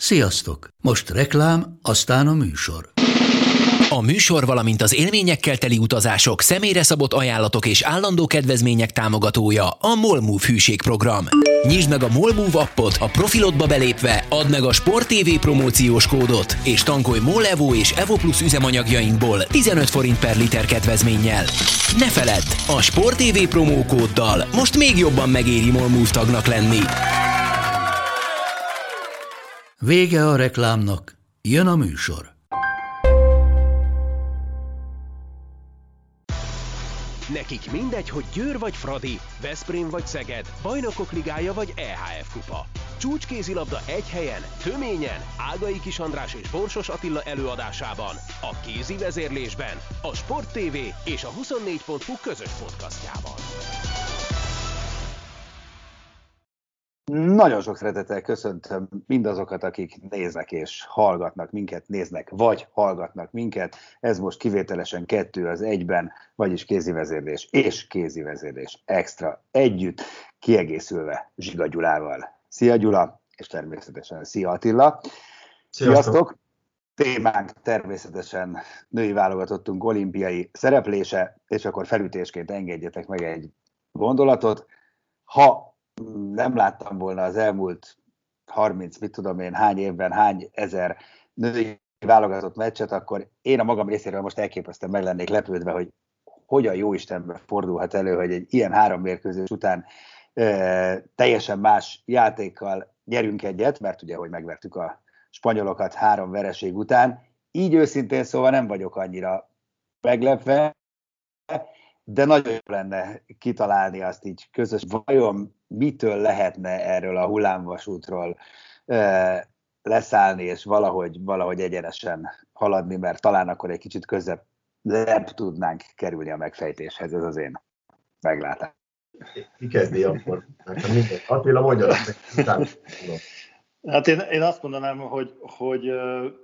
Sziasztok! Most reklám, aztán a műsor. A műsor, valamint az élményekkel teli utazások, személyre szabott ajánlatok és állandó kedvezmények támogatója a MOL Move hűségprogram. Nyisd meg a MOL Move appot, a profilodba belépve add meg a Sport TV promóciós kódot, és tankolj MOL Evo és Evo Plus üzemanyagjainkból 15 forint per liter kedvezménnyel. Ne feledd, a Sport TV promókóddal most még jobban megéri MOL Move tagnak lenni. Vége a reklámnak, jön a műsor. Nekik mindegy, hogy Győr vagy Fradi, Veszprém vagy Szeged, Bajnokok Ligája vagy EHF Kupa. Csúcskézilabda egy helyen, töményen, Ágai Kis András és Borsos Attila előadásában, a kézi vezérlésben, a Sport TV és a 24.hu közös podcastjában. Nagyon sok szeretettel köszöntöm mindazokat, akik néznek és hallgatnak minket, néznek vagy hallgatnak minket. Ez most kivételesen 2 az 1-ben, vagyis kézivezérlés és kézivezérlés extra együtt, kiegészülve Zsiga Gyulával. Szia Gyula, és természetesen szia Attila. Sziasztok! Témánk természetesen női válogatottunk olimpiai szereplése, és akkor felütésként engedjetek meg egy gondolatot. Ha nem láttam volna az elmúlt 30, hány évben, hány ezer női válogatott meccset, akkor én a magam részéről most elképesztően meg lennék lepődve, hogy hogyan jó Istenben fordulhat elő, hogy egy ilyen 3 mérkőzés után teljesen más játékkal nyerünk egyet, mert ugye, hogy megvertük a spanyolokat 3 vereség után. Így őszintén szóval nem vagyok annyira meglepve, de nagyon jó lenne kitalálni azt így közös, vajon mitől lehetne erről a hullámvasútról leszállni, és valahogy egyenesen haladni, mert talán akkor egy kicsit közelebb tudnánk kerülni a megfejtéshez, ez az én meglátásom. Ki kezdi akkor? Attila, mondja meg. Hát én azt mondanám, hogy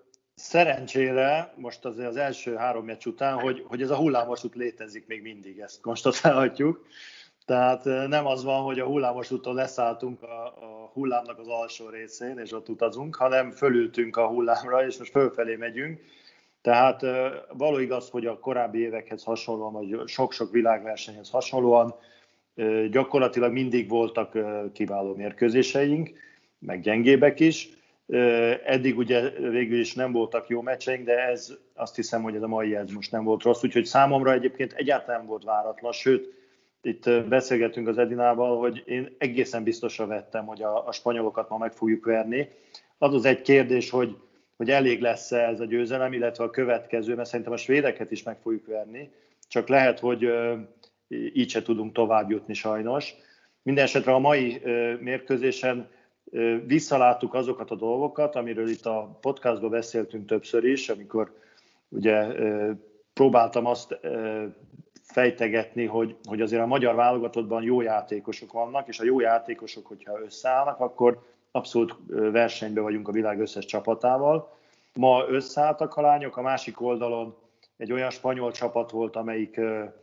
szerencsére most azért az első 3 meccs után, hogy ez a hullámvasút létezik még mindig, ezt konstatálhatjuk. Tehát nem az van, hogy a hullámvasúton leszálltunk a hullámnak az alsó részén, és ott utazunk, hanem fölültünk a hullámra, és most fölfelé megyünk. Tehát való igaz, hogy a korábbi évekhez hasonlóan, vagy sok-sok világversenyhez hasonlóan gyakorlatilag mindig voltak kiváló mérkőzéseink, meg gyengébbek is. Eddig ugye végül is nem voltak jó meccseink, de azt hiszem, hogy ez a mai ez most nem volt rossz, úgyhogy számomra egyébként egyáltalán nem volt váratlan, sőt, itt beszélgettünk az Edinával, hogy én egészen biztosra vettem, hogy a spanyolokat ma meg fogjuk verni. Az egy kérdés, hogy elég lesz-e ez a győzelem, illetve a következő, mert szerintem a svédeket is meg fogjuk verni, csak lehet, hogy így se tudunk tovább jutni sajnos. Mindenesetre a mai mérkőzésen visszaláttuk azokat a dolgokat, amiről itt a podcastban beszéltünk többször is, amikor ugye próbáltam azt fejtegetni, hogy azért a magyar válogatottban jó játékosok vannak, és a jó játékosok, hogyha összeállnak, akkor abszolút versenyben vagyunk a világ összes csapatával. Ma összeálltak a lányok, a másik oldalon egy olyan spanyol csapat volt, amelyik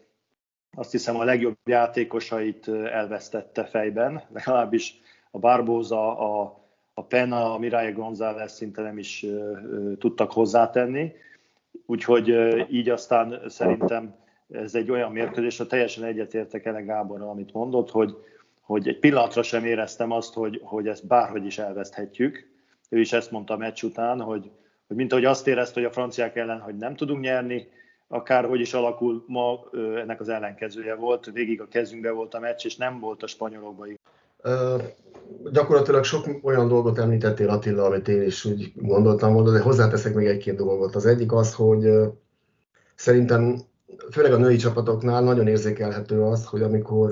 azt hiszem a legjobb játékosait elvesztette fejben, legalábbis a Barbosa, a Pena, a Mireia González szinte nem is tudtak hozzátenni. Úgyhogy így aztán szerintem ez egy olyan mérkőzés, hogy teljesen egyetértek Ele Gáborral, amit mondott, hogy egy pillanatra sem éreztem azt, hogy ezt bárhogy is elveszthetjük. Ő is ezt mondta a meccs után, hogy mint ahogy azt érezte, hogy a franciák ellen, hogy nem tudunk nyerni, akárhogy is alakul, ma ennek az ellenkezője volt, végig a kezünkbe volt a meccs, és nem volt a spanyolokban. Gyakorlatilag sok olyan dolgot említettél, Attila, amit én is úgy gondoltam volna, de hozzáteszek még 1-2 dolgot. Az egyik az, hogy szerintem főleg a női csapatoknál nagyon érzékelhető az, hogy amikor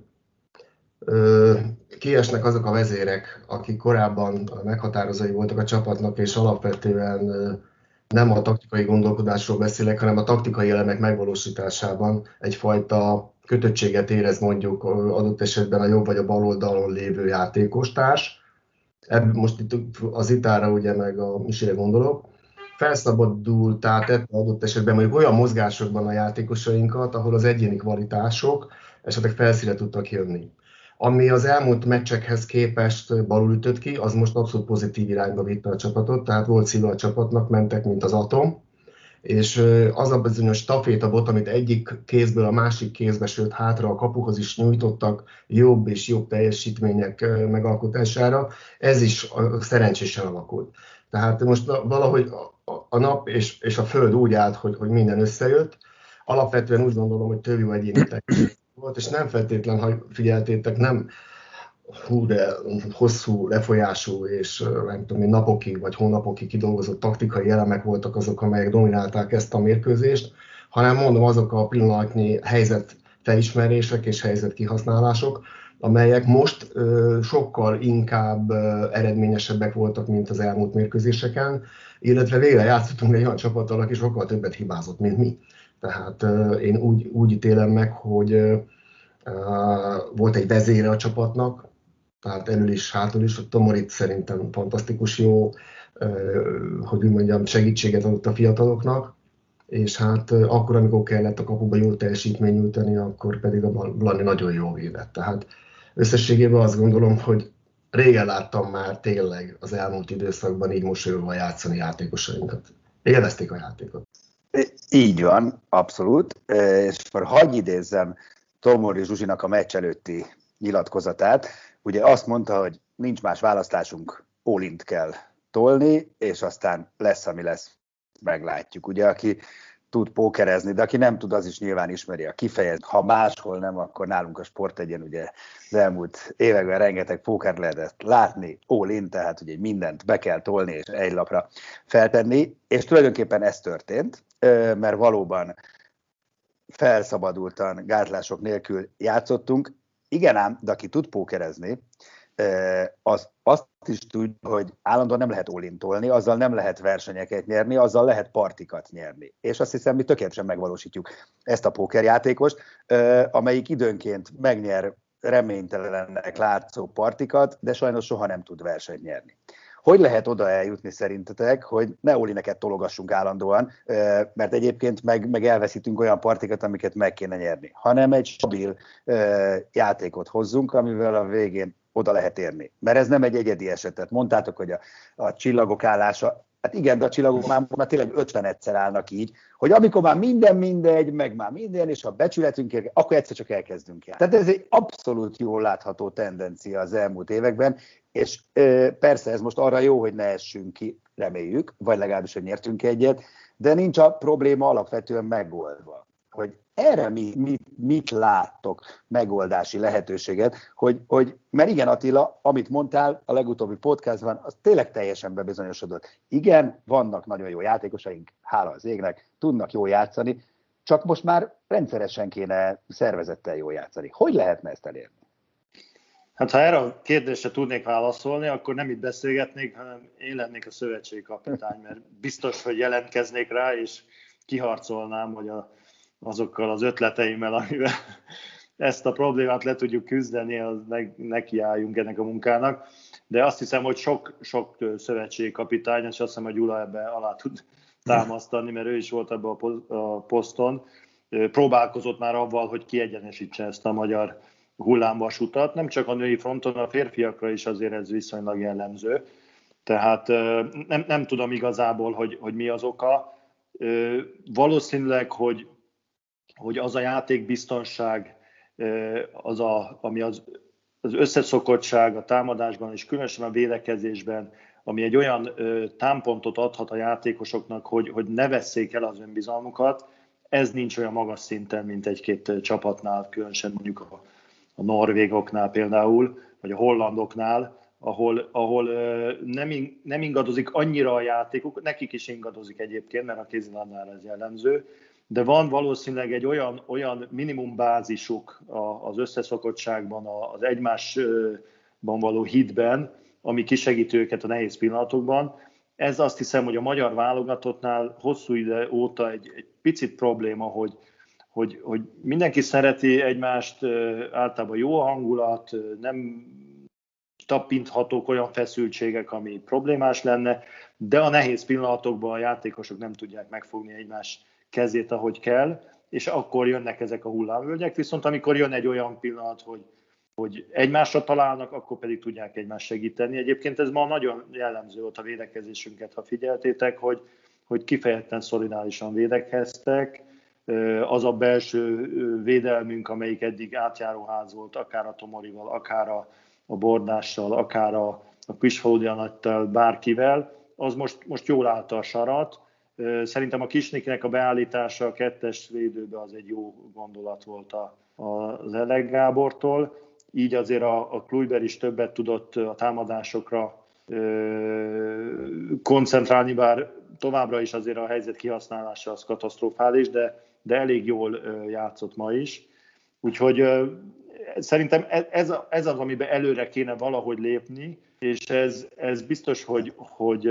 kiesnek azok a vezérek, akik korábban meghatározói voltak a csapatnak, és alapvetően nem a taktikai gondolkodásról beszélek, hanem a taktikai elemek megvalósításában egyfajta kötöttséget érez mondjuk adott esetben a jobb vagy a bal oldalon lévő játékostárs. Most itt az Itára ugye meg a Misire gondolok. Felszabadul, tehát adott esetben mondjuk olyan mozgásokban a játékosainkat, ahol az egyéni kvalitások esetleg felszínre tudtak jönni. Ami az elmúlt meccsekhez képest balul ütött ki, az most abszolút pozitív irányba vitte a csapatot, tehát volt szíve a csapatnak, mentek, mint az atom, és az a bizonyos stafétabot, amit egyik kézből a másik kézbe, sőt hátra a kapuhoz is nyújtottak jobb és jobb teljesítmények megalkotására, ez is szerencsésen alakult. Tehát most valahogy a nap és a föld úgy állt, hogy minden összejött. Alapvetően úgy gondolom, hogy több jó egyéni volt, és nem feltétlen, ha figyeltétek, nem de hosszú lefolyású és nem tudom, napokig vagy hónapokig kidolgozott taktikai elemek voltak azok, amelyek dominálták ezt a mérkőzést, hanem mondom azok a pillanatnyi helyzet felismerések és helyzet kihasználások, amelyek most sokkal inkább eredményesebbek voltak, mint az elmúlt mérkőzéseken, illetve végre játszottunk egy olyan csapattal, aki sokkal többet hibázott, mint mi. Tehát én úgy ítélem meg, hogy volt egy vezére a csapatnak, tehát elől is, hátul is, a Tomorit szerintem fantasztikus jó, hogy úgy mondjam, segítséget adott a fiataloknak, és hát akkor, amikor kellett a kapuba jó teljesítmény nyújtani, akkor pedig a Blani nagyon jól védett. Tehát összességében azt gondolom, hogy régen láttam már tényleg az elmúlt időszakban így mosolyogva játszani játékosainkat. Élvezték a játékot. Így van, abszolút. És hagyj idézzem Tomori Zsuzsinak a meccs előtti nyilatkozatát. Ugye azt mondta, hogy nincs más választásunk, all-int kell tolni, és aztán lesz, ami lesz, meglátjuk. Ugye, aki tud pókerezni, de aki nem tud, az is nyilván ismeri a kifejezést. Ha máshol nem, akkor nálunk a Sport1-en ugye az elmúlt években rengeteg pókert lehetett látni, all-in, tehát ugye mindent be kell tolni és egy lapra feltenni, és tulajdonképpen ez történt, mert valóban felszabadultan, gátlások nélkül játszottunk. Igen ám, de aki tud pókerezni, azt is tudja, hogy állandóan nem lehet all-in tolni, azzal nem lehet versenyeket nyerni, azzal lehet partikat nyerni. És azt hiszem, mi tökéletesen megvalósítjuk ezt a pókerjátékost, amelyik időnként megnyer reménytelennek látszó partikat, de sajnos soha nem tud versenyt nyerni. Hogy lehet oda eljutni szerintetek, hogy ne all-ineket tologassunk állandóan, mert egyébként meg elveszítünk olyan partikat, amiket meg kéne nyerni, hanem egy stabil játékot hozzunk, amivel a végén oda lehet érni. Mert ez nem egy egyedi esetet. Mondtátok, hogy a csillagok állása, hát igen, de a csillagok már tényleg 50-szer állnak így, hogy amikor már minden mindegy, meg már minden, és ha becsületünk ér, akkor egyszer csak elkezdünk el. Tehát ez egy abszolút jól látható tendencia az elmúlt években, és persze ez most arra jó, hogy ne essünk ki, reméljük, vagy legalábbis, hogy nyertünk egyet, de nincs a probléma alapvetően megoldva. Hogy erre mit láttok megoldási lehetőséget, mert igen, Attila, amit mondtál a legutóbbi podcastban, az tényleg teljesen bebizonyosodott. Igen, vannak nagyon jó játékosaink, hála az égnek, tudnak jól játszani, csak most már rendszeresen kéne szervezettel jól játszani. Hogy lehetne ezt elérni? Hát ha erre a kérdésre tudnék válaszolni, akkor nem itt beszélgetnék, hanem én lennék a szövetségkapitány, mert biztos, hogy jelentkeznék rá, és kiharcolnám, hogy azokkal az ötleteimmel, amivel ezt a problémát le tudjuk küzdeni, az nekiálljunk ennek a munkának. De azt hiszem, hogy sok szövetségkapitány, és azt hiszem, hogy Gyula ebbe alá tud támasztani, mert ő is volt ebben a poszton, próbálkozott már avval, hogy kiegyenesítse ezt a magyar hullámvasutat. Nem csak a női fronton, a férfiakra is azért ez viszonylag jellemző. Tehát nem tudom igazából, hogy mi az oka. Valószínűleg, hogy az a játékbiztonság, ami az összeszokottság a támadásban és különösen a védekezésben, ami egy olyan támpontot adhat a játékosoknak, hogy ne vesszék el az önbizalmukat, ez nincs olyan magas szinten, mint egy-két csapatnál, különösen mondjuk a norvégoknál például, vagy a hollandoknál, ahol nem ingadozik annyira a játékuk, nekik is ingadozik egyébként, mert a kézilabdánál ez jellemző, de van valószínűleg egy olyan minimum bázisuk az összeszokottságban, az egymásban való hitben, ami kisegít őket a nehéz pillanatokban. Ez azt hiszem, hogy a magyar válogatottnál hosszú ide óta egy picit probléma, hogy mindenki szereti egymást, általában jó a hangulat, nem tapinthatók olyan feszültségek, ami problémás lenne, de a nehéz pillanatokban a játékosok nem tudják megfogni egymás kezét, ahogy kell, és akkor jönnek ezek a hullámvölgyek, viszont amikor jön egy olyan pillanat, hogy egymásra találnak, akkor pedig tudják egymást segíteni. Egyébként ez ma nagyon jellemző volt a védekezésünket, ha figyeltétek, hogy kifejezetten szolidárisan védekeztek. Az a belső védelmünk, amelyik eddig átjáróház volt, akár a Tomorival, akár a Bordással, akár a Kisfaludi Anattal, bárkivel, az most jól állta a sarat. Szerintem a Kisnikinek a beállítása a 2-es védőbe az egy jó gondolat volt az Elek Gábortól. Így azért a Kluiber is többet tudott a támadásokra koncentrálni, bár továbbra is azért a helyzet kihasználása az katasztrofális, de elég jól játszott ma is. Úgyhogy szerintem ez az, amiben előre kéne valahogy lépni, és ez biztos, hogy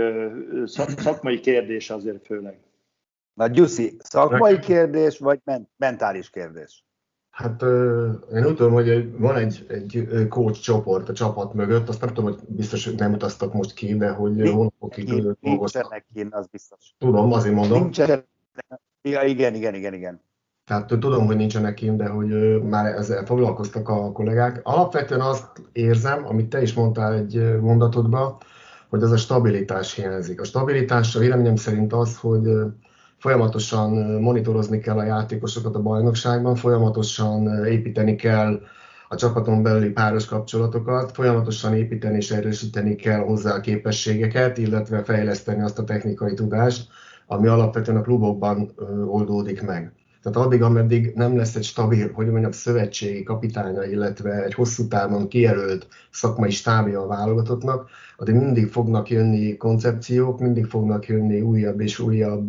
szakmai kérdés azért főleg. Na Gyuszi, szakmai kérdés, vagy mentális kérdés? Hát én úgy tudom, hogy van egy coach csoport a csapat mögött, azt nem tudom, hogy biztos, hogy nem utaztak most ki, de hogy hónapokig dolgoztak. Nincsenek kín, az biztos. Tudom, azért mondom. Nincsenek. Ja, igen. Tehát tudom, hogy nincsenek kint, de hogy már ezzel foglalkoztak a kollégák. Alapvetően azt érzem, amit te is mondtál egy mondatodban, hogy az a stabilitás hiányzik. A stabilitás a véleményem szerint az, hogy folyamatosan monitorozni kell a játékosokat a bajnokságban, folyamatosan építeni kell a csapaton belüli páros kapcsolatokat, folyamatosan építeni és erősíteni kell hozzá a képességeket, illetve fejleszteni azt a technikai tudást, ami alapvetően a klubokban oldódik meg. Tehát addig, ameddig nem lesz egy stabil, hogy mondjam, szövetségi kapitánya, illetve egy hosszú távon kijelölt szakmai stábja a válogatottnak, addig mindig fognak jönni koncepciók, mindig fognak jönni újabb és újabb.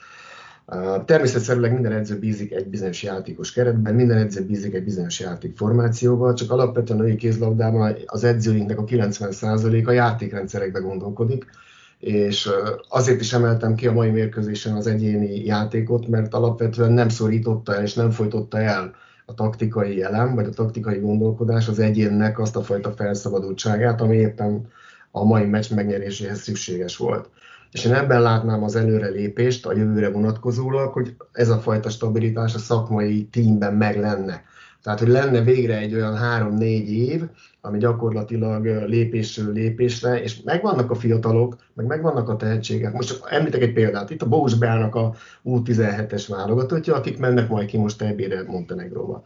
Természetszerűleg minden edző bízik egy bizonyos játékos keretben, minden edző bízik egy bizonyos játékformációval, csak alapvetően a női kézlabdában az edzőinknek a 90%-a játékrendszerekbe gondolkodik, és azért is emeltem ki a mai mérkőzésen az egyéni játékot, mert alapvetően nem szorította el és nem folytotta el a taktikai elem, vagy a taktikai gondolkodás az egyénnek azt a fajta felszabadultságát, ami éppen a mai meccs megnyeréséhez szükséges volt. És én ebben látnám az előrelépést a jövőre vonatkozólag, hogy ez a fajta stabilitás a szakmai tímben meg lenne. Tehát, hogy lenne végre egy olyan 3-4 év, ami gyakorlatilag lépésről lépésre, és megvannak a fiatalok, megvannak a tehetségek. Most csak említek egy példát, itt a Bogus Beának a U17-es válogatottja, akik mennek majd ki most EB-re Montenegróba.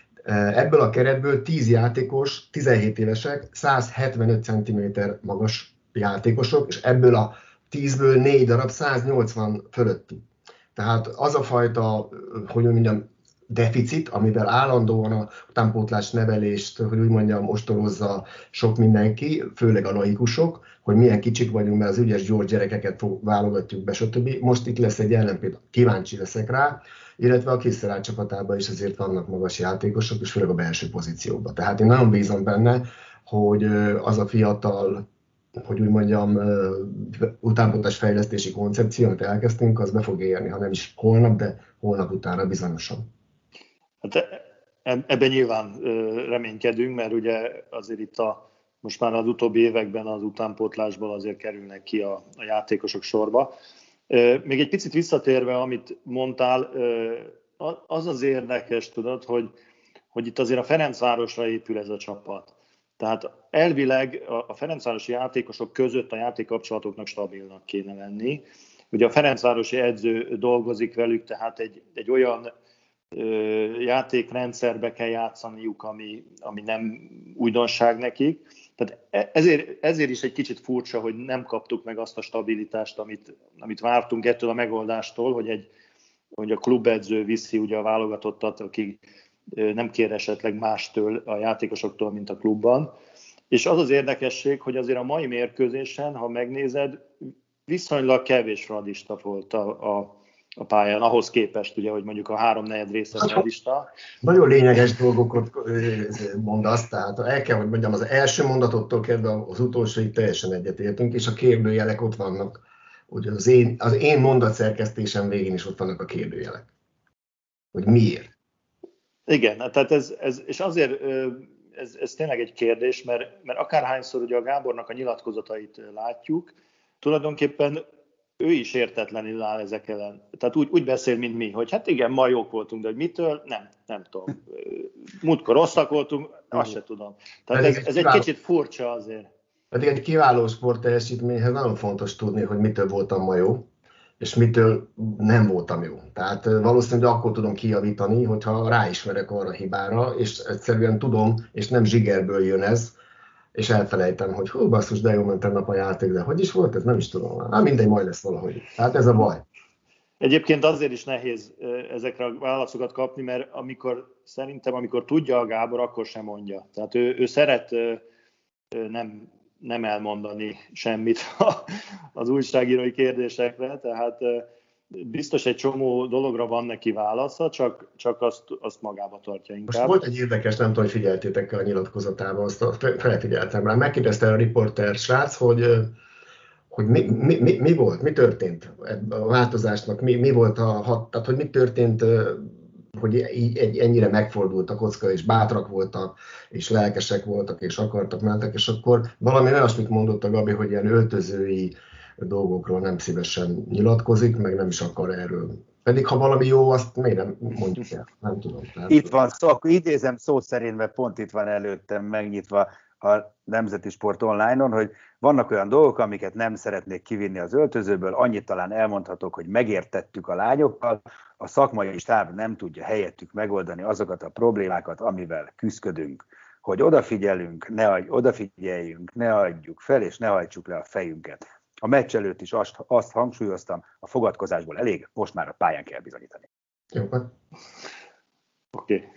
Ebből a keretből 10 játékos, 17 évesek, 175 cm magas játékosok, és ebből a 10-ből 4 darab 180 fölötti. Tehát az a fajta, hogy mondjam, deficit, amivel állandóan a utánpótlás nevelést, hogy úgy mondjam, ostorozza sok mindenki, főleg a laikusok, hogy milyen kicsik vagyunk, mert az ügyes gyors gyerekeket válogatjuk be, stb. Most itt lesz egy ellenpélda, kíváncsi leszek rá, illetve a Kiszterát csapatában is azért vannak magas játékosok, és főleg a belső pozícióban. Tehát én nagyon bízom benne, hogy az a fiatal, hogy úgy mondjam, utánpótlás fejlesztési koncepció, amit elkezdtünk, az be fog érni, ha nem is holnap, de holnap utánra bizonyosan. Hát ebben nyilván reménykedünk, mert ugye azért itt most már az utóbbi években az utánpótlásból azért kerülnek ki a játékosok sorba. Még egy picit visszatérve, amit mondtál, az érdekes, tudod, hogy itt azért a Ferencvárosra épül ez a csapat. Tehát elvileg a ferencvárosi játékosok között a játékkapcsolatoknak stabilnak kéne lenni. Ugye a ferencvárosi edző dolgozik velük, tehát egy olyan játékrendszerbe kell játszaniuk, ami nem újdonság nekik. Tehát ezért is egy kicsit furcsa, hogy nem kaptuk meg azt a stabilitást, amit vártunk ettől a megoldástól, hogy a klubedző viszi ugye a válogatottat, aki nem kér esetleg mástől a játékosoktól, mint a klubban. És az az érdekesség, hogy azért a mai mérkőzésen, ha megnézed, viszonylag kevés fradista volt a pályán, ahhoz képest, ugye, hogy mondjuk a 3/4 része fradista. Nagyon lényeges dolgokat mondasz, tehát el kell, hogy mondjam, az első mondatottól kezdve az utolsóig teljesen egyetértünk, és a kérdőjelek ott vannak. Ugye az én mondatszerkesztésem végén is ott vannak a kérdőjelek. Hogy miért? Igen, tehát és azért ez tényleg egy kérdés, mert akárhányszor ugye a Gábornak a nyilatkozatait látjuk, tulajdonképpen ő is értetlenül áll ezek ellen. Tehát úgy beszél, mint mi, hogy hát igen, ma jók voltunk, de hogy mitől? Nem tudom. Múltkor rosszak voltunk, azt se tudom. Tehát ez egy kicsit furcsa azért. Pedig egy kiváló sportteljesítményhez nagyon fontos tudni, hogy mitől voltam ma jó, és mitől nem voltam jó. Tehát valószínűleg akkor tudom kijavítani, hogyha ráismerek arra a hibára, és egyszerűen tudom, és nem zsigerből jön ez, és elfelejtem, hogy hú, basszus, de jó ment tegnap a játék, de hogy is volt ez? Nem is tudom. Mindegy, majd lesz valahogy. Tehát ez a baj. Egyébként azért is nehéz ezekre a válaszokat kapni, mert amikor tudja a Gábor, akkor sem mondja. Tehát ő szeret nem elmondani semmit az újságírói kérdésekre, tehát biztos egy csomó dologra van neki válasza, csak azt magába tartja inkább. Most volt egy érdekes, nem tudom, hogy figyeltétek a nyilatkozatában, azt felfigyeltem rá. Megkérdezte a riporter srác, hogy mi volt, mi történt a változásnak, mi volt tehát hogy mi történt, hogy ennyire megfordult a kocka, és bátrak voltak, és lelkesek voltak, és akartak, mentek, és akkor valami olyasmit mondott a Gabi, hogy ilyen öltözői dolgokról nem szívesen nyilatkozik, meg nem is akar erről. Pedig ha valami jó, azt miért nem mondjuk el? Nem tudom. Itt van szó, akkor idézem szó szerint, mert pont itt van előttem megnyitva a Nemzeti Sport online-on, hogy vannak olyan dolgok, amiket nem szeretnék kivinni az öltözőből, annyit talán elmondhatok, hogy megértettük a lányokkal, a szakmai stáb nem tudja helyettük megoldani azokat a problémákat, amivel küzdködünk, hogy odafigyeljünk, ne adjuk fel, és ne hajtsuk le a fejünket. A meccs előtt is azt hangsúlyoztam, a fogadkozásból elég, most már a pályán kell bizonyítani. Jó. Oké.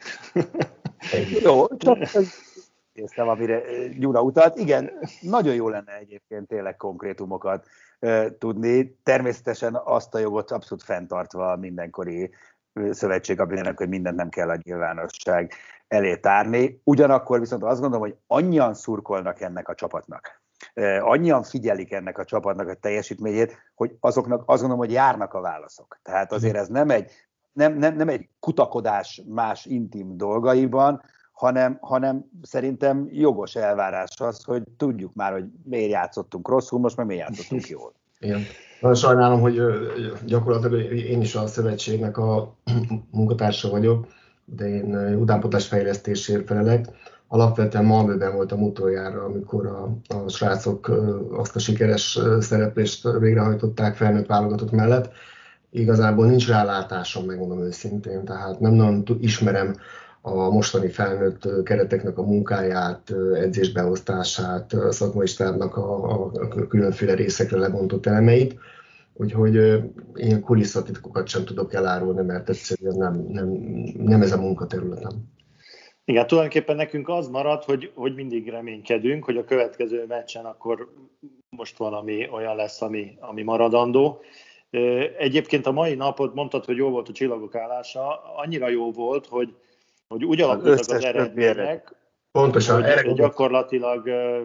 Jó, csak értem, amire Gyura utalt. Igen, nagyon jó lenne egyébként tényleg konkrétumokat tudni. Természetesen azt a jogot abszolút fenntartva mindenkori szövetségkapitánynak, hogy mindent nem kell a nyilvánosság elé tárni. Ugyanakkor viszont azt gondolom, hogy annyian szurkolnak ennek a csapatnak, annyian figyelik ennek a csapatnak a teljesítményét, hogy azoknak azt gondolom, hogy járnak a válaszok. Tehát azért ez nem egy kutakodás más intim dolgaiban, hanem szerintem jogos elvárás az, hogy tudjuk már, hogy miért játszottunk rosszul, most meg miért játszottunk jól. Igen. Nagyon sajnálom, hogy gyakorlatilag én is a szövetségnek a munkatársa vagyok, de én utánpótlás fejlesztésért felelek. Alapvetően Malmöben voltam utoljára, amikor a srácok azt a sikeres szereplést végrehajtották felnőtt válogatott mellett. Igazából nincs rálátásom, megmondom őszintén, tehát nem nagyon ismerem a mostani felnőtt kereteknek a munkáját, edzésbeosztását, a szakmai stábnak a különféle részekre lebontott elemeit. Úgyhogy én kulisszatitkokat sem tudok elárulni, mert egyszerűen nem ez a munkaterületem. Igen, tulajdonképpen nekünk az marad, hogy mindig reménykedünk, hogy a következő meccsen akkor most valami olyan lesz, ami maradandó. Egyébként a mai napot mondtad, hogy jó volt a csillagok állása, annyira jó volt, hogy úgy alakultak az eredmények, pontosan, hogy gyakorlatilag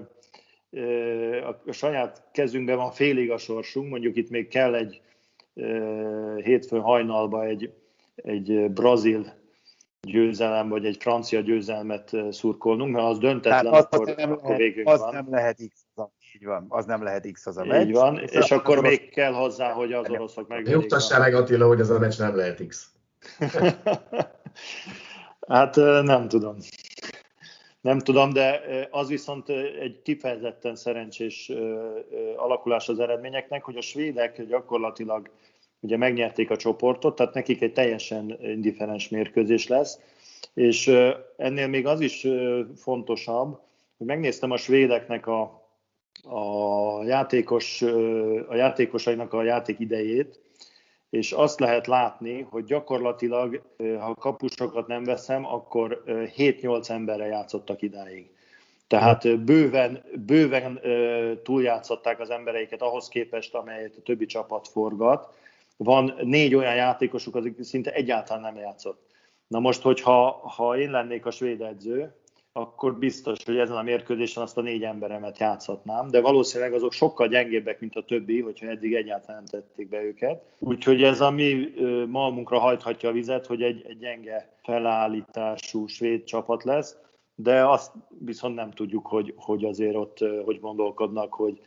a saját kezünkben van félig a sorsunk, mondjuk itt még kell egy hétfőn hajnalba egy brazil győzelem, vagy egy francia győzelmet szurkolnunk, mert az döntetlen, akkor végünk az van. Nem lehet X, így van, az nem lehet X az a meccs. Így van, és akkor még kell hozzá, hogy az oroszok megvegyék. Nyugtassál meg, Attila, hogy ez a meccs nem lehet X. Hát nem tudom, de az viszont egy kifejezetten szerencsés alakulás az eredményeknek, hogy a svédek gyakorlatilag ugye megnyerték a csoportot, tehát nekik egy teljesen indifferens mérkőzés lesz, és ennél még az is fontosabb, hogy megnéztem a svédeknek a játékosainak a játék idejét, és azt lehet látni, hogy gyakorlatilag, ha kapusokat nem veszem, akkor 7-8 emberre játszottak idáig. Tehát bőven túljátszották az embereiket ahhoz képest, amelyet a többi csapat forgat. Van 4 olyan játékosuk, akik szinte egyáltalán nem játszott. Na most, hogyha én lennék a svéd edző, akkor biztos, hogy ezen a mérkőzésen azt a 4 emberemet játszhatnám, de valószínűleg azok sokkal gyengébbek, mint a többi, hogyha eddig egyáltalán nem tették be őket. Úgyhogy ez a mi malmunkra hajthatja a vizet, hogy egy gyenge felállítású svéd csapat lesz, de azt viszont nem tudjuk, hogy azért ott hogy gondolkodnak, hogy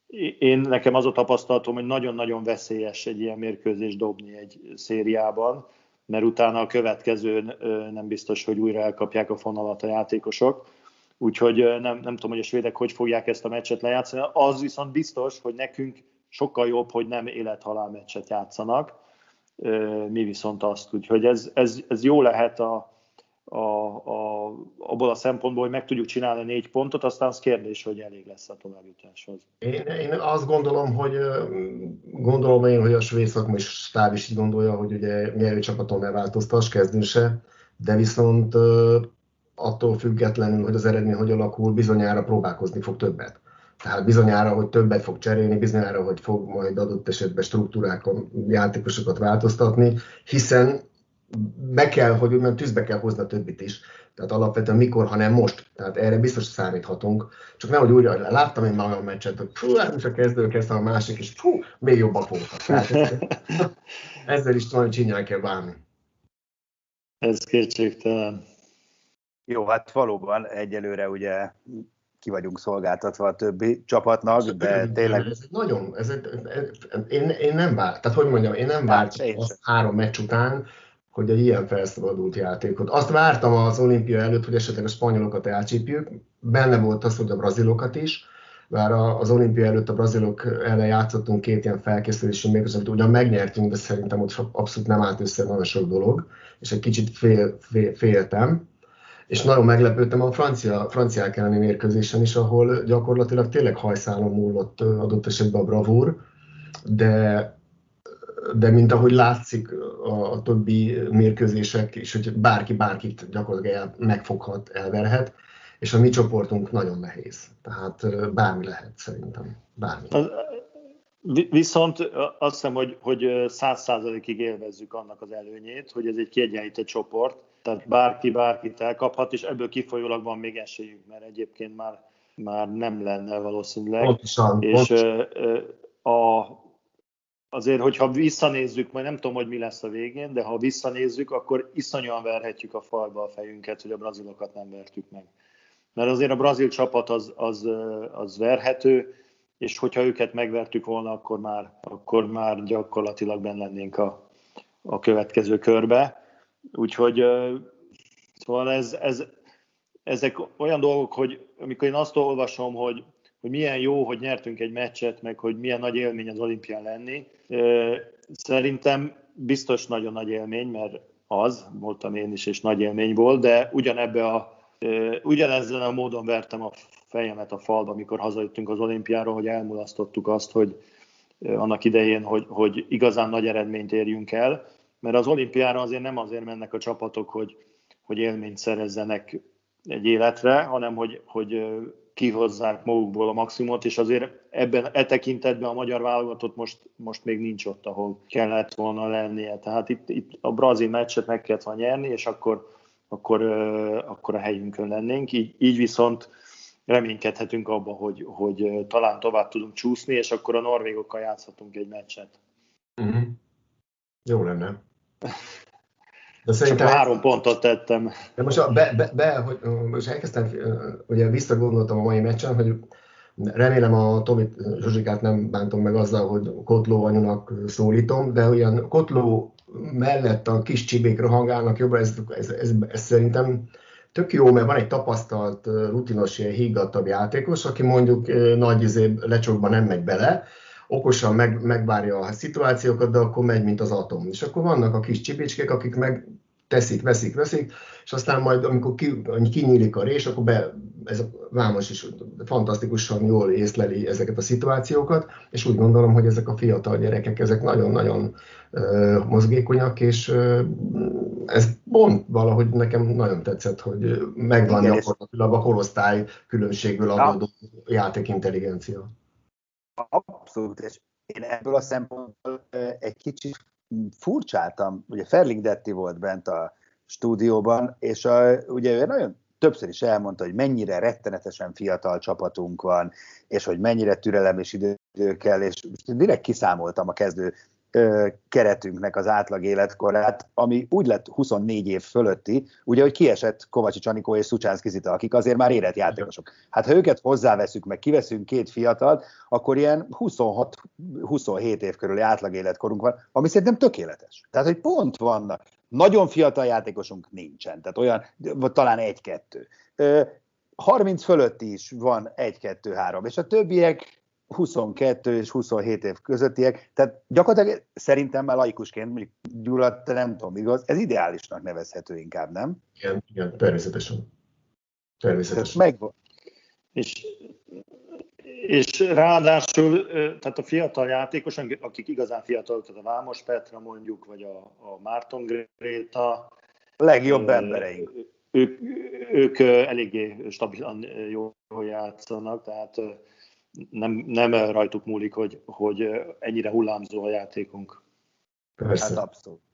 nekem az a tapasztalatom, hogy nagyon-nagyon veszélyes egy ilyen mérkőzést dobni egy szériában, mert utána a következő nem biztos, hogy újra elkapják a fonalat a játékosok. Úgyhogy nem tudom, hogy a svédek hogy fogják ezt a meccset lejátszani. Az viszont biztos, hogy nekünk sokkal jobb, hogy nem élet-halál meccset játszanak. Mi viszont azt. Úgyhogy ez jó lehet abból a szempontból, hogy meg tudjuk csinálni 4 pontot, aztán az kérdés, hogy elég lesz a továbbjutáshoz. Én azt gondolom, hogy a svéd szakmai stáb is így gondolja, hogy ugye nyerő csapaton ne változtass, kezdőn se, de viszont attól függetlenül, hogy az eredmény hogy alakul, bizonyára próbálkozni fog többet. Tehát bizonyára, hogy többet fog cserélni, bizonyára, hogy fog majd adott esetben struktúrákon játékosokat változtatni, hiszen be kell, hogy úgymond tűzbe kell hozni a többit is. Tehát alapvetően mikor, ha nem most. Tehát erre biztos számíthatunk. Csak nehogy újra láttam én magam meccset, hogy hát most a kezdő kezdve a másik, és még jobbak voltak. Tehát ezzel is nagyon csinyán kell bánni. Ez kétségtelen. Jó, hát valóban egyelőre ugye ki vagyunk szolgáltatva a többi csapatnak, de tényleg... Én nem várt, tehát hogy mondjam, én nem vártam azt 3 meccs után, hogy egy ilyen felszabadult játékot. Azt vártam az olimpia előtt, hogy esetleg a spanyolokat elcsípjük, benne volt az, hogy a brazilokat is, bár az olimpia előtt a brazilok ellen játszottunk 2 ilyen felkészülési mérkőzést, ugyan megnyertünk, de szerintem ott abszolút nem állt össze nagyon sok dolog, és egy kicsit féltem. És nagyon meglepődtem a franciák elleni mérkőzésen is, ahol gyakorlatilag tényleg hajszálon múlott adott esetben a bravúr, de mint ahogy látszik a többi mérkőzések, és hogy bárkit gyakorlatilag megfoghat, elverhet, és a mi csoportunk nagyon nehéz. Tehát bármi lehet szerintem. Bármi. Viszont azt hiszem, hogy 100%-ig élvezzük annak az előnyét, hogy ez egy kiegyenlített csoport, tehát bárkit elkaphat, és ebből kifolyólag van még esélyünk, mert egyébként már nem lenne valószínűleg. Pontosan. Azért, hogyha visszanézzük, majd nem tudom, hogy mi lesz a végén, de ha visszanézzük, akkor iszonyúan verhetjük a falba a fejünket, hogy a brazilokat nem vertük meg. Mert azért a brazil csapat az verhető, és hogyha őket megvertük volna, akkor már gyakorlatilag benn lennénk a következő körbe. Úgyhogy szóval ezek olyan dolgok, hogy amikor én azt olvasom, hogy milyen jó, hogy nyertünk egy meccset, meg hogy milyen nagy élmény az olimpián lenni, szerintem biztos nagyon nagy élmény, mert voltam én is, és nagy élmény volt, de ugyanezzel a módon vertem a fejemet a falba, amikor hazajöttünk az olimpiáról, hogy elmulasztottuk azt, hogy annak idején, hogy igazán nagy eredményt érjünk el, mert az olimpiára azért nem azért mennek a csapatok, hogy élményt szerezzenek egy életre, hanem hogy kihozzák magukból a maximumot, és azért e tekintetben a magyar válogatott most még nincs ott, ahol kellett volna lennie. Tehát itt a brazil meccset meg kellett volna nyerni, és akkor a helyünkön lennénk. Így viszont reménykedhetünk abba, hogy talán tovább tudunk csúszni, és akkor a norvégokkal játszhatunk egy meccset. Mm-hmm. Jó lenne. De szerintem 3 pontot tettem. De most elkezdtem, ugye visszagondoltam a mai meccsen, hogy remélem a Tomit Zsuzsikát nem bántom meg azzal, hogy Kotló anyunak szólítom, de olyan Kotló mellett a kis csibék rohangálnak jobbra, ez szerintem tök jó, mert van egy tapasztalt, rutinos, higgadtabb játékos, aki mondjuk nagy lecsokban nem megy bele, okosan megvárja a szituációkat, de akkor megy, mint az atom. És akkor vannak a kis csibécskek, akik meg veszik, és aztán majd, amikor kinyílik a rés, akkor ez a Vámos is fantasztikusan jól észleli ezeket a szituációkat, és úgy gondolom, hogy ezek a fiatal gyerekek, ezek nagyon-nagyon mozgékonyak, és ez pont valahogy nekem nagyon tetszett, hogy megvan gyakorlatilag a korosztály különbségből adódó játékintelligencia. Abszolút, és én ebből a szempontból egy kicsit furcsáltam, ugye Ferlingdetti volt bent a stúdióban, és ugye ő nagyon többször is elmondta, hogy mennyire rettenetesen fiatal csapatunk van, és hogy mennyire türelem és idő kell, és direkt kiszámoltam a kezdő keretünknek az átlag életkorát, ami úgy lett 24 év fölötti, ugye, hogy kiesett Kovácsics Anikó és Szucsánszky Zita, akik azért már érett játékosok. Hát ha őket hozzáveszünk, meg kiveszünk 2 fiatalt, akkor ilyen 26-27 év körüli átlag életkorunk van, ami szerintem tökéletes. Tehát, hogy pont vannak. Nagyon fiatal játékosunk nincsen, tehát olyan, vagy talán 1-2. 30 fölötti is van 1-2-3, és a többiek 22 és 27 év közöttiek, tehát gyakorlatilag szerintem már laikusként, mondjuk Gyula, te nem tudom, igaz, ez ideálisnak nevezhető inkább, nem? Igen, természetesen. Megvan. És ráadásul, tehát a fiatal játékosok, akik igazán fiatalok, tehát a Vámos Petra mondjuk, vagy a Márton Gréta, a legjobb embereink. Ők eléggé stabilan jól játszanak, tehát nem rajtuk múlik, hogy ennyire hullámzó a játékunk. Persze. Hát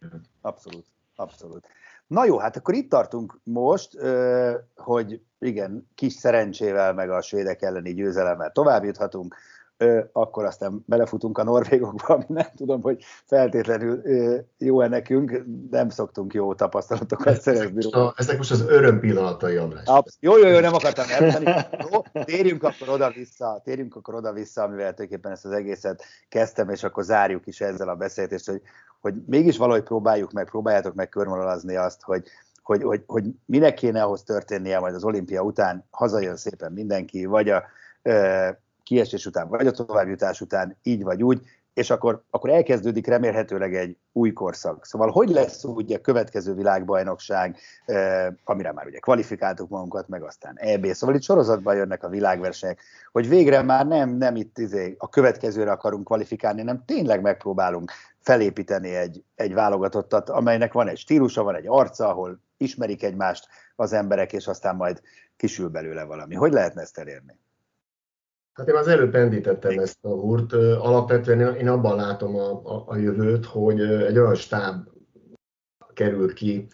abszolút. Na jó, hát akkor itt tartunk most, hogy igen, kis szerencsével, meg a svédek elleni győzelemmel tovább juthatunk, akkor aztán belefutunk a norvégokba, ami nem tudom, hogy feltétlenül jó-e nekünk, nem szoktunk jó tapasztalatokat szerezni. Ezek most az öröm pillanatai, András. Jó, nem akartam elvenni. Térjünk akkor oda-vissza, amivel tulajdonképpen ezt az egészet kezdtem, és akkor zárjuk is ezzel a beszélgetést, hogy mégis valahogy próbáljátok meg körvonalazni azt, hogy minek kéne ahhoz történnie majd az olimpia után, hazajön szépen mindenki, vagy a kiesés után, vagy a továbbjutás után, így vagy úgy, és akkor elkezdődik remélhetőleg egy új korszak. Szóval hogy lesz úgy a következő világbajnokság, amire már ugye kvalifikáltuk magunkat, meg aztán EB. Szóval itt sorozatban jönnek a világversenyek, hogy végre már nem itt a következőre akarunk kvalifikálni, hanem tényleg megpróbálunk felépíteni egy válogatottat, amelynek van egy stílusa, van egy arca, ahol ismerik egymást az emberek, és aztán majd kisül belőle valami. Hogy lehetne ezt elérni? Hát én az előbb említettem ezt a húrt. Alapvetően én abban látom a jövőt, hogy egy olyan stáb kerül ki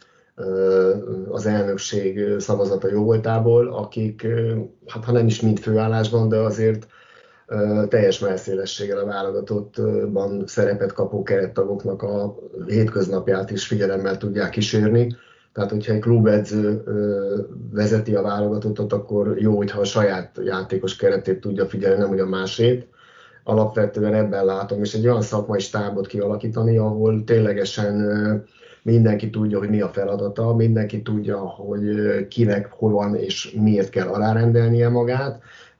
az elnökség szavazata jóvoltából, akik, hát ha nem is mind főállásban, de azért teljes mellszélességgel a válogatottban szerepet kapó kerettagoknak a hétköznapját is figyelemmel tudják kísérni. Tehát, hogyha egy klubedző vezeti a válogatottat, akkor jó, hogyha a saját játékos keretét tudja figyelni, nem ugye a másét. Alapvetően ebben látom, és egy olyan szakmai stábot kialakítani, ahol ténylegesen mindenki tudja, hogy mi a feladata, mindenki tudja, hogy kinek, hol van és miért kell alárendelnie magát.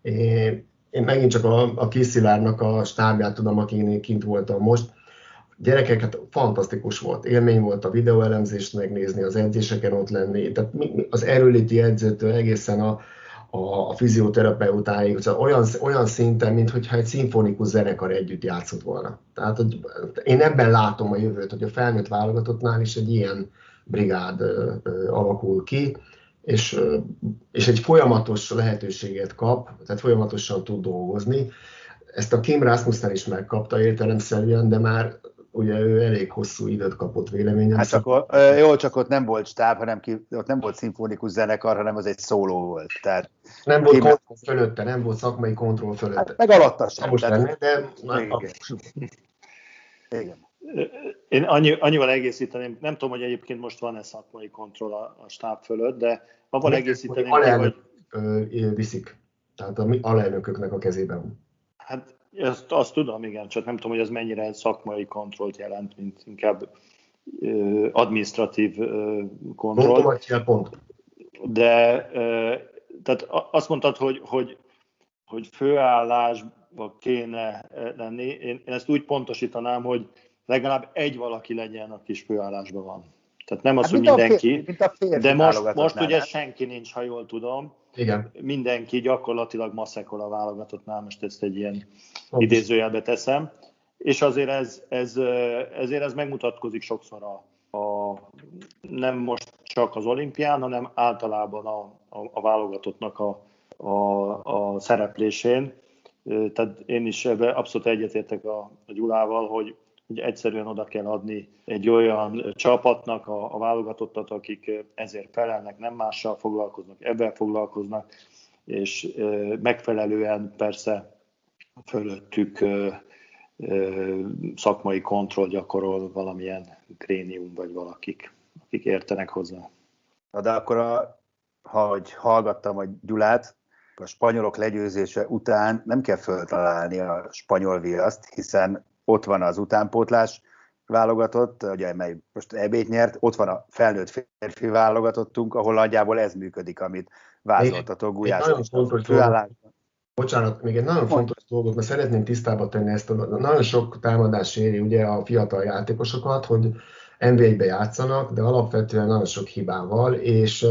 Én megint csak a Kis Szilárdnak a stábját tudom, akin kint voltam most. Gyerekek, hát fantasztikus volt, élmény volt a videóelemzést megnézni, az edzéseken ott lenni, tehát az erőléti edzőtől egészen a fizioterapeutáig, olyan szinten, mintha egy szimfonikus zenekar együtt játszott volna. Tehát hogy én ebben látom a jövőt, hogy a felnőtt válogatottnál is egy ilyen brigád alakul ki, és egy folyamatos lehetőséget kap, tehát folyamatosan tud dolgozni. Ezt a Kim Rasmussen is megkapta értelemszerűen, de már ugye ő elég hosszú időt kapott véleményem. Hát csak ott nem volt stáb, ott nem volt szimfonikus zenekar, hanem az egy szóló volt. Tehát nem volt kontroll fölötte, nem volt szakmai kontroll fölötte. Hát meg alatta sem. Most lenne, de... Igen. Én annyival egészíteném, nem tudom, hogy egyébként most van-e szakmai kontroll a stáb fölött, de abban egészíteném, hogy... viszik. Tehát a alelnököknek a kezében van. Hát azt tudom, igen, csak nem tudom, hogy ez mennyire szakmai kontrollt jelent, mint inkább administratív kontroll. Pont. De tehát azt mondtad, hogy főállásba kéne lenni. Én ezt úgy pontosítanám, hogy legalább egy valaki legyen, aki is főállásban van. Tehát nem az, hogy mindenki, de most ugye senki nincs, ha jól tudom. Igen. Mindenki gyakorlatilag maszekol a válogatottnál, most ezt egy ilyen idézőjelbe teszem. És azért ez megmutatkozik sokszor nem most csak az olimpián, hanem általában a válogatottnak a szereplésén. Tehát én is ebben abszolút egyetértek a Gyulával, hogy egyszerűen oda kell adni egy olyan csapatnak a válogatottat, akik ezért felelnek, nem mással foglalkoznak, ebben foglalkoznak, és megfelelően persze fölöttük szakmai kontroll gyakorol valamilyen grénium, vagy valakik, akik értenek hozzá. De akkor, ha hallgattam a Gyulát, a spanyolok legyőzése után nem kell föltalálni a spanyol viaszt, hiszen ott van az utánpótlás válogatott, ugye, mely most EB-t nyert, ott van a felnőtt férfi válogatottunk, ahol nagyjából ez működik, amit vázoltatok Gulyás. Bocsánat, még egy nagyon fontos dolgot, mert szeretném tisztába tenni ezt. Nagyon sok támadás éri ugye a fiatal játékosokat, hogy NB1-be játszanak, de alapvetően nagyon sok hibával, és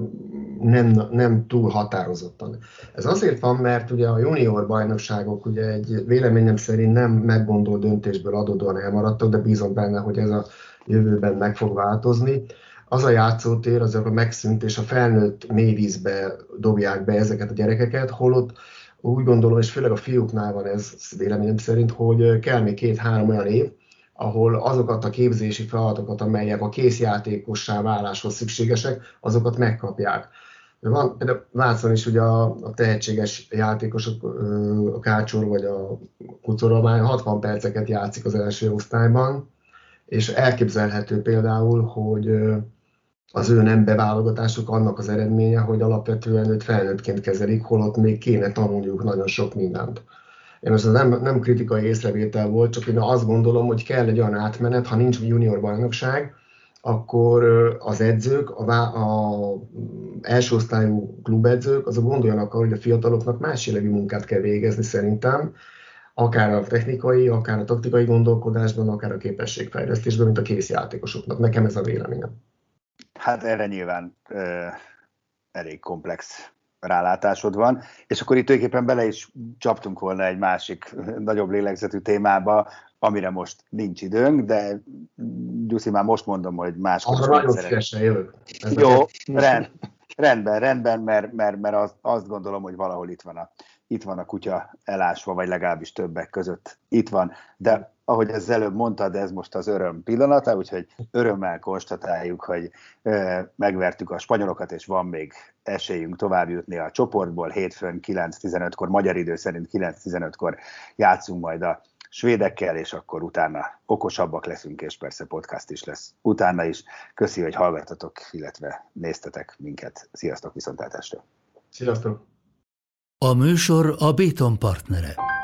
nem túl határozottan. Ez azért van, mert ugye a junior bajnokságok ugye egy véleményem szerint nem meggondolt döntésből adódóan elmaradtak, de bízom benne, hogy ez a jövőben meg fog változni. Az a játszótér az a megszűnt, és a felnőtt mélyvízbe dobják be ezeket a gyerekeket, holott úgy gondolom, és főleg a fiúknál van ez véleményem szerint, hogy kell még 2-3 olyan év, ahol azokat a képzési feladatokat, amelyek a készjátékossá váláshoz szükségesek, azokat megkapják. Van például Vácon is ugye a tehetséges játékosok, a Kácsor vagy a Kucora már 60 perceket játszik az első osztályban, és elképzelhető például, hogy az ő nem beválogatásuk annak az eredménye, hogy alapvetően őt felnőttként kezelik, holott még kéne tanulniuk nagyon sok mindent. Én most nem kritikai észrevétel volt, csak én azt gondolom, hogy kell egy olyan átmenet, ha nincs junior bajnokság, akkor az edzők, az első osztályú klubedzők, azok gondoljanak arra, hogy a fiataloknak más jellegű munkát kell végezni szerintem, akár a technikai, akár a taktikai gondolkodásban, akár a képességfejlesztésben, mint a készjátékosoknak. Nekem ez a véleményem. Hát erre nyilván elég komplex rálátásod van, és akkor itt tulajdonképpen bele is csaptunk volna egy másik nagyobb lélegzetű témába, amire most nincs időnk, de Gyuszi, már most mondom, hogy máskor is nagyon szívesen jövök. Jó, rendben, mert azt gondolom, hogy valahol itt van a kutya elásva, vagy legalábbis többek között itt van, de ahogy ezt előbb mondtad, ez most az öröm pillanata, úgyhogy örömmel konstatáljuk, hogy megvertük a spanyolokat, és van még esélyünk tovább jutni a csoportból. Hétfőn 9:15-kor, magyar idő szerint 9:15-kor játszunk majd a svédekkel, és akkor utána okosabbak leszünk, és persze podcast is lesz utána is. Köszi, hogy hallgattatok, illetve néztetek minket. Sziasztok, viszontlátásra! Sziasztok! A műsor a Béton partnere.